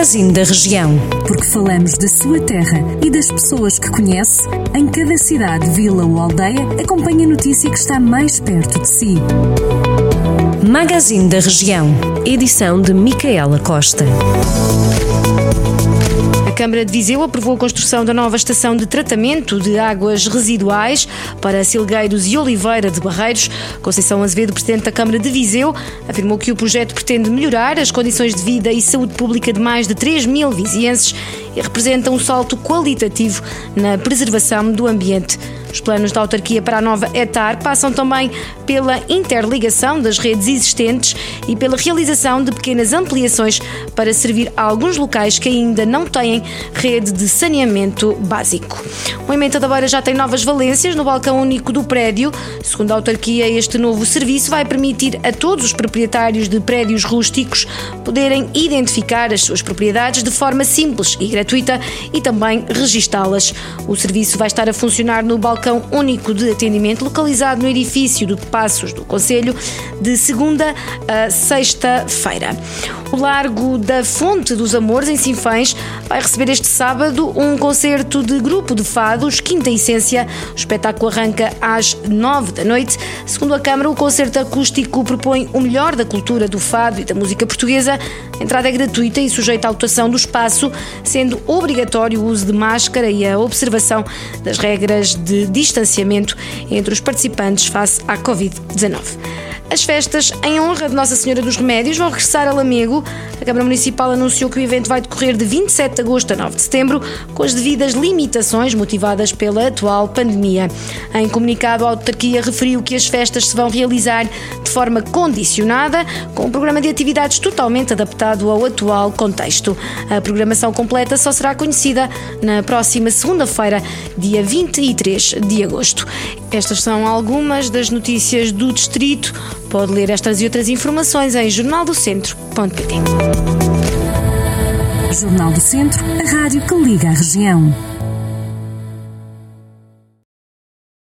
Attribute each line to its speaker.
Speaker 1: Magazine da Região.
Speaker 2: Porque falamos da sua terra e das pessoas que conhece, em cada cidade, vila ou aldeia, acompanhe a notícia que está mais perto de si.
Speaker 1: Magazine da Região. Edição de Micaela Costa.
Speaker 3: A Câmara de Viseu aprovou a construção da nova estação de tratamento de águas residuais para Silgueiros e Oliveira de Barreiros. Conceição Azevedo, presidente da Câmara de Viseu, afirmou que o projeto pretende melhorar as condições de vida e saúde pública de mais de 3.000 vizienses e representa um salto qualitativo na preservação do ambiente. Os planos da autarquia para a nova ETAR passam também pela interligação das redes existentes e pela realização de pequenas ampliações para servir a alguns locais que ainda não têm rede de saneamento básico. O Ementa da Beira já tem novas valências no balcão único do prédio. Segundo a autarquia, este novo serviço vai permitir a todos os proprietários de prédios rústicos poderem identificar as suas propriedades de forma simples e gratuita e também registá-las. O serviço vai estar a funcionar no balcão único de atendimento localizado no edifício do Passos do Concelho de segunda a sexta-feira. O Largo da Fonte dos Amores, em Sinfãs, vai receber este sábado um concerto de grupo de fados, Quinta Essência. O espetáculo arranca às 9 da noite. Segundo a Câmara, o concerto acústico propõe o melhor da cultura do fado e da música portuguesa. A entrada é gratuita e sujeita à lotação do espaço, sendo obrigatório o uso de máscara e a observação das regras de distanciamento entre os participantes face à Covid-19. As festas em honra de Nossa Senhora dos Remédios vão regressar a Lamego. A Câmara Municipal anunciou que o evento vai decorrer de 27 de agosto a 9 de setembro, com as devidas limitações motivadas pela atual pandemia. Em comunicado, a autarquia referiu que as festas se vão realizar de forma condicionada, com um programa de atividades totalmente adaptado ao atual contexto. A programação completa só será conhecida na próxima segunda-feira, dia 23 de agosto. Estas são algumas das notícias do distrito. Pode ler estas e outras informações em jornaldocentro.pt.
Speaker 2: Jornal do Centro, a rádio que liga a região.